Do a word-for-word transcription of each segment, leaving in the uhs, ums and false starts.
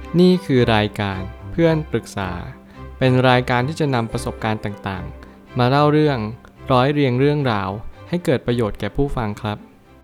นี่คือรายการเพื่อนปรึกษาเป็นรายการที่จะนำประสบการณ์ต่างๆมาเล่าเรื่องร้อยเรียงเรื่องราวให้เกิดประโยชน์แก่ผู้ฟังครับ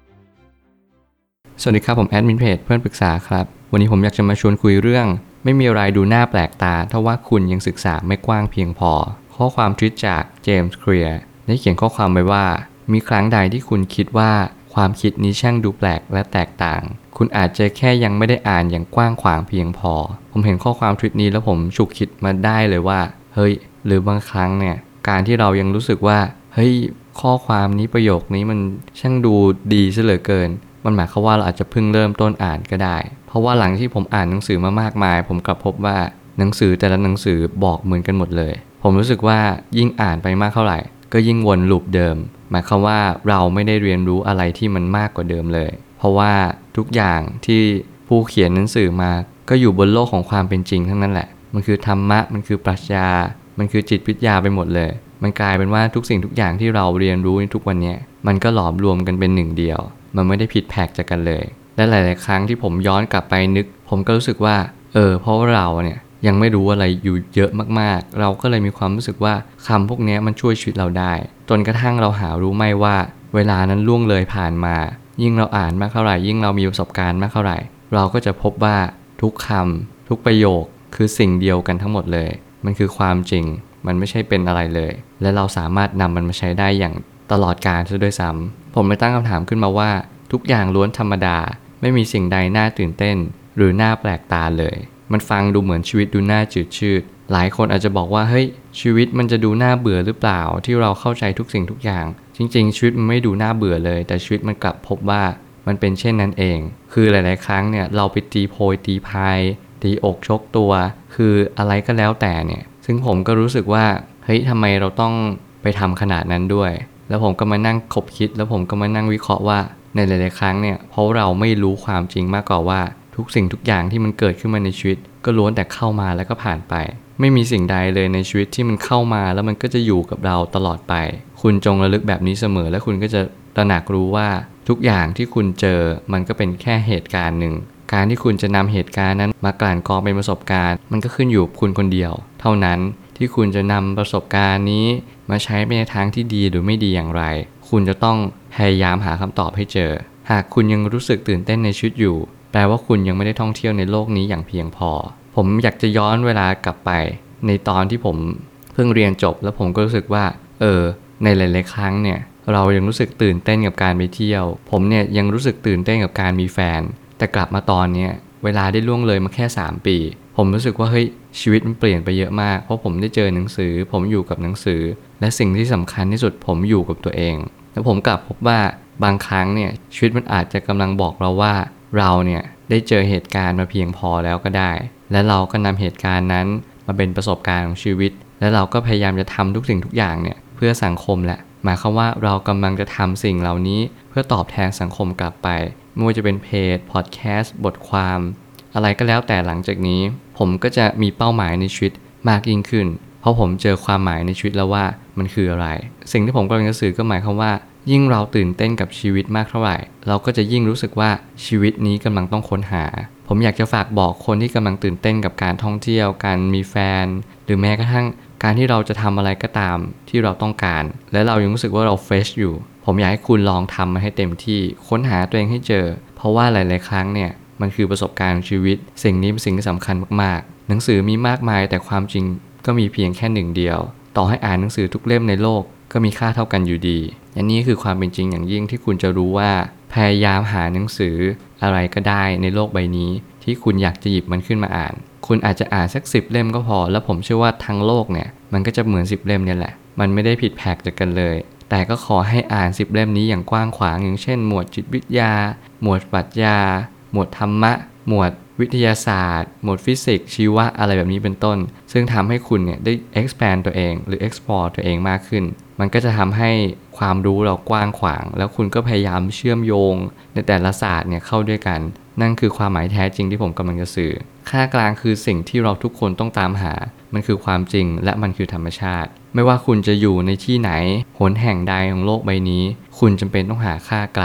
สวัสดีครับผมแอดมินเพจเพื่อนปรึกษาครับวันนี้ผมอยากจะมาชวนคุยเรื่องไม่มีอะไรดูน่าแปลกตาถ้าว่าคุณยังศึกษาไม่กว้างเพียงพอข้อความทวิตจากเจมส์เคลียร์ได้เขียนข้อความไว้ว่ามีครั้งใดที่คุณคิดว่าความคิดนี้ช่างดูแปลกและแตกต่างคุณอาจจะแค่ยังไม่ได้อ่านอย่างกว้างขวางเพียงพอผมเห็นข้อความทวิตนี้แล้วผมฉุกคิดมาได้เลยว่าเฮ้ยหรือบางครั้งเนี่ยการที่เรายังรู้สึกว่าเฮ้ยข้อความนี้ประโยคนี้มันช่างดูดีซะเหลือเกินมันหมายความว่าเราอาจจะเพิ่งเริ่มต้นอ่านก็ได้เพราะว่าหลังที่ผมอ่านหนังสือมามากมายผมกลับพบว่าหนังสือแต่ละหนังสือบอกเหมือนกันหมดเลยผมรู้สึกว่ายิ่งอ่านไปมากเท่าไหร่ก็ยิ่งวนลูปเดิมหมายความว่าเราไม่ได้เรียนรู้อะไรที่มันมากกว่าเดิมเลยเพราะว่าทุกอย่างที่ผู้เขียนหนังสือมาก็อยู่บนโลกของความเป็นจริงทั้งนั้นแหละมันคือธรรมะมันคือปรัชญามันคือจิตวิทยาไปหมดเลยมันกลายเป็นว่าทุกสิ่งทุกอย่างที่เราเรียนรู้ในทุกวันนี้มันก็หลอมรวมกันเป็นหนึ่งเดียวมันไม่ได้ผิดแผกจากกันเลยและหลายๆครั้งที่ผมย้อนกลับไปนึกผมก็รู้สึกว่าเออเพราะว่าเราเนี่ยยังไม่รู้อะไรอยู่เยอะมากๆเราก็เลยมีความรู้สึกว่าคำพวกนี้มันช่วยชีวิตเราได้จนกระทั่งเราหารู้ไม่ว่าเวลานั้นล่วงเลยผ่านมายิ่งเราอ่านมากเท่าไหร่ยิ่งเรามีประสบการณ์มากเท่าไหร่เราก็จะพบว่าทุกคำทุกประโยคคือสิ่งเดียวกันทั้งหมดเลยมันคือความจริงมันไม่ใช่เป็นอะไรเลยและเราสามารถนำมันมาใช้ได้อย่างตลอดกาลซะด้วยซ้ำผมเลยตั้งคำถามขึ้นมาว่าทุกอย่างล้วนธรรมดาไม่มีสิ่งใดน่าตื่นเต้นหรือน่าแปลกตาเลยมันฟังดูเหมือนชีวิตดูน่าจืดชืดหลายคนอาจจะบอกว่าเฮ้ยชีวิตมันจะดูน่าเบื่อหรือเปล่าที่เราเข้าใจทุกสิ่งทุกอย่างจริงๆชีวิตมันไม่ดูน่าเบื่อเลยแต่ชีวิตมันกลับพบว่ามันเป็นเช่นนั้นเองคือหลายๆครั้งเนี่ยเราไปตีโพยตีพายตีอกชกตัวคืออะไรก็แล้วแต่เนี่ยซึ่งผมก็รู้สึกว่าเฮ้ยทำไมเราต้องไปทำขนาดนั้นด้วยแล้วผมก็มานั่งคบคิดแล้วผมก็มานั่งวิเคราะห์ว่าในหลายๆครั้งเนี่ยเพราะเราไม่รู้ความจริงมากกว่าว่าทุกสิ่งทุกอย่างที่มันเกิดขึ้นมาในชีวิตก็ล้วนแต่เข้ามาแล้วก็ผ่านไปไม่มีสิ่งใดเลยในชีวิตที่มันเข้ามาแล้วมันก็จะอยู่กับเราตลอดไปคุณจงระลึกแบบนี้เสมอและคุณก็จะตระหนักรู้ว่าทุกอย่างที่คุณเจอมันก็เป็นแค่เหตุการณ์หนึ่งการที่คุณจะนำเหตุการณ์นั้นมากลั่นกรองเป็นประสบการณ์มันก็ขึ้นอยู่กับคุณคนเดียวเท่านั้นที่คุณจะนำประสบการณ์นี้มาใช้ในทางที่ดีหรือไม่ดีอย่างไรคุณจะต้องพยายามหาคำตอบให้เจอหากคุณยังรู้สึกตื่นเต้นในชีวิตอยู่แปลว่าคุณยังไม่ได้ท่องเที่ยวในโลกนี้อย่างเพียงพอผมอยากจะย้อนเวลากลับไปในตอนที่ผมเพิ่งเรียนจบแล้วผมก็รู้สึกว่าเออในหลายๆครั้งเนี่ยเรายังรู้สึกตื่นเต้นกับการไปเที่ยวผมเนี่ยยังรู้สึกตื่นเต้นกับการมีแฟนแต่กลับมาตอนเนี้ยเวลาได้ล่วงเลยมาแค่สามปีผมรู้สึกว่าเฮ้ยชีวิตมันเปลี่ยนไปเยอะมากเพราะผมได้เจอหนังสือผมอยู่กับหนังสือและสิ่งที่สำคัญที่สุดผมอยู่กับตัวเองแล้วผมกลับพบว่าบางครั้งเนี่ยชีวิตมันอาจจะกำลังบอกเราว่าเราเนี่ยได้เจอเหตุการณ์มาเพียงพอแล้วก็ได้และเราก็นำเหตุการณ์นั้นมาเป็นประสบการณ์ของชีวิตและเราก็พยายามจะทำทุกสิ่งทุกอย่างเนี่ยเพื่อสังคมแหละหมายความว่าเรากำลังจะทำสิ่งเหล่านี้เพื่อตอบแทนสังคมกลับไปไม่ว่าจะเป็นเพจพอดแคสต์บทความอะไรก็แล้วแต่หลังจากนี้ผมก็จะมีเป้าหมายในชีวิตมากยิ่งขึ้นเพราะผมเจอความหมายในชีวิตแล้วว่ามันคืออะไรสิ่งที่ผมกำลังจะสื่อก็หมายความว่ายิ่งเราตื่นเต้นกับชีวิตมากเท่าไหร่เราก็จะยิ่งรู้สึกว่าชีวิตนี้กำลังต้องค้นหาผมอยากจะฝากบอกคนที่กำลังตื่นเต้นกับการท่องเที่ยวการมีแฟนหรือแม้กระทั่งการที่เราจะทำอะไรก็ตามที่เราต้องการและเรายังรู้สึกว่าเราเฟรชอยู่ผมอยากให้คุณลองทำมันให้เต็มที่ค้นหาตัวเองให้เจอเพราะว่าหลายๆครั้งเนี่ยมันคือประสบการณ์ของชีวิตสิ่งนี้เป็นสิ่งที่สำคัญมากๆหนังสือมีมากมายแต่ความจริงก็มีเพียงแค่หนึ่งเดียวต่อให้อ่านหนังสือทุกเล่มในโลกก็มีค่าเท่ากันอยู่ดีอันนี้คือความเป็นจริงอย่างยิ่งที่คุณจะรู้ว่าพยายามหาหนังสืออะไรก็ได้ในโลกใบนี้ที่คุณอยากจะหยิบมันขึ้นมาอ่านคุณอาจจะอ่านสักสิบเล่มก็พอแล้วผมเชื่อว่าทั้งโลกเนี่ยมันก็จะเหมือนสิบเล่มนี่แหละมันไม่ได้ผิดแผกจากกันเลยแต่ก็ขอให้อ่านสิบเล่มนี้อย่างกว้างขวางอย่างเช่นหมวดจิตวิทยาหมวดปรัชญาหมวดธรรมะหมวดวิทยาศาสตร์หมวดฟิสิกส์ชีวะอะไรแบบนี้เป็นต้นซึ่งทำให้คุณเนี่ยได้ expand ตัวเองหรือ explore ตัวเองมากขึ้นมันก็จะทำให้ความรู้เรากว้างขวางแล้วคุณก็พยายามเชื่อมโยงในแต่ละศาสตร์เนี่ยเข้าด้วยกันนั่นคือความหมายแท้จริงที่ผมกำลังจะสื่อค่ากลางคือสิ่งที่เราทุกคนต้องตามหามันคือความจริงและมันคือธรรมชาติไม่ว่าคุณจะอยู่ในที่ไหนหนแห่งใดของโลกใบนี้คุณจำเป็นต้องหาค่ากลาง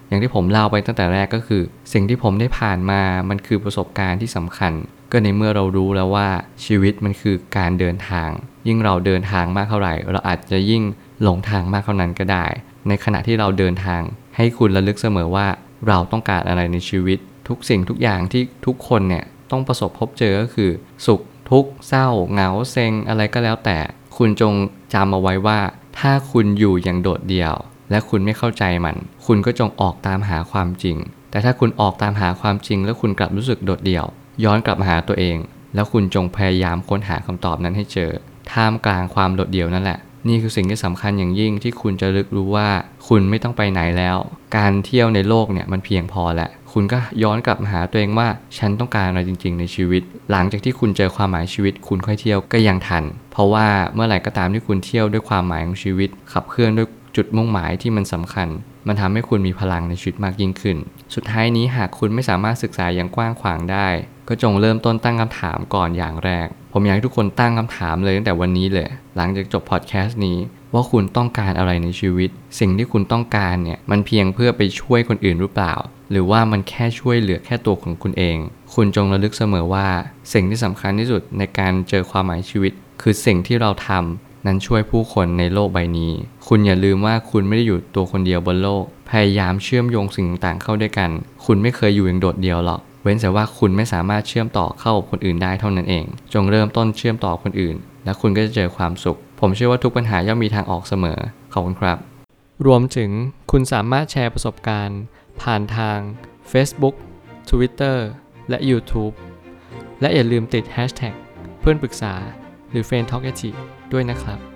อย่างที่ผมเล่าไปตั้งแต่แรกก็คือสิ่งที่ผมได้ผ่านมามันคือประสบการณ์ที่สำคัญก็ในเมื่อเรารู้แล้วว่าชีวิตมันคือการเดินทางยิ่งเราเดินทางมากเท่าไหร่เราอาจจะยิ่งหลงทางมากเท่านั้นก็ได้ในขณะที่เราเดินทางให้คุณระลึกเสมอว่าเราต้องการอะไรในชีวิตทุกสิ่งทุกอย่างที่ทุกคนเนี่ยต้องประสบพบเจอก็คือสุขทุกข์เศร้าเหงาเซ็งอะไรก็แล้วแต่คุณจงจำเอาไว้ว่าถ้าคุณอยู่อย่างโดดเดี่ยวและคุณไม่เข้าใจมันคุณก็จงออกตามหาความจริงแต่ถ้าคุณออกตามหาความจริงแล้วคุณกลับรู้สึกโดดเดี่ยวย้อนกลับมาหาตัวเองแล้วคุณจงพยายามค้นหาคำตอบนั้นให้เจอท่ามกลางความโดดเดี่ยวนั่นแหละนี่คือสิ่งที่สำคัญอย่างยิ่งที่คุณจะลึกรู้ว่าคุณไม่ต้องไปไหนแล้วการเที่ยวในโลกเนี่ยมันเพียงพอแล้วคุณก็ย้อนกลับมาหาตัวเองว่าฉันต้องการอะไรจริงๆในชีวิตหลังจากที่คุณเจอความหมายชีวิตคุณค่อยเที่ยวก็ยังทันเพราะว่าเมื่อไหร่ก็ตามที่คุณเที่ยวด้วยความหมายของชีวิตขับเคลื่อนด้วยจุดมุ่งหมายที่มันสำคัญมันทำให้คุณมีพลังในชีวิตมากยิ่งขึ้นสุดท้ายนี้หากคุณไม่สามารถศึกษาอย่างกว้างขวางได้ก็จงเริ่มต้นตั้งคำถามก่อนอย่างแรกผมอยากให้ทุกคนตั้งคำถามเลยตั้งแต่วันนี้เลยหลังจากจบพอดแคสต์นี้ว่าคุณต้องการอะไรในชีวิตสิ่งที่คุณต้องการเนี่ยมันเพียงเพื่อไปช่วยคนอื่นหรือเปล่าหรือว่ามันแค่ช่วยเหลือแค่ตัวของคุณเองคุณจงระลึกเสมอว่าสิ่งที่สำคัญที่สุดในการเจอความหมายชีวิตคือสิ่งที่เราทำนั้นช่วยผู้คนในโลกใบนี้คุณอย่าลืมว่าคุณไม่ได้อยู่ตัวคนเดียวบนโลกพยายามเชื่อมโยงสิ่งต่างๆเข้าด้วยกันคุณไม่เคยอยู่อย่างโดดเดี่ยวหรอกเว้นแต่ว่าคุณไม่สามารถเชื่อมต่อเข้ากับคนอื่นได้เท่านั้นเองจงเริ่มต้นเชื่อมต่อคนอื่นและคุณก็จะเจอความสุขผมเชื่อว่าทุกปัญหาย่อมมีทางออกเสมอขอบคุณครับรวมถึงคุณสามารถแชร์ประสบการณ์ผ่านทาง Facebook Twitter และ YouTube และอย่าลืมติด แฮชแท็ก เพื่อนปรึกษาหรือ เฟรนด์ ทอล์ก ด้วยนะครับ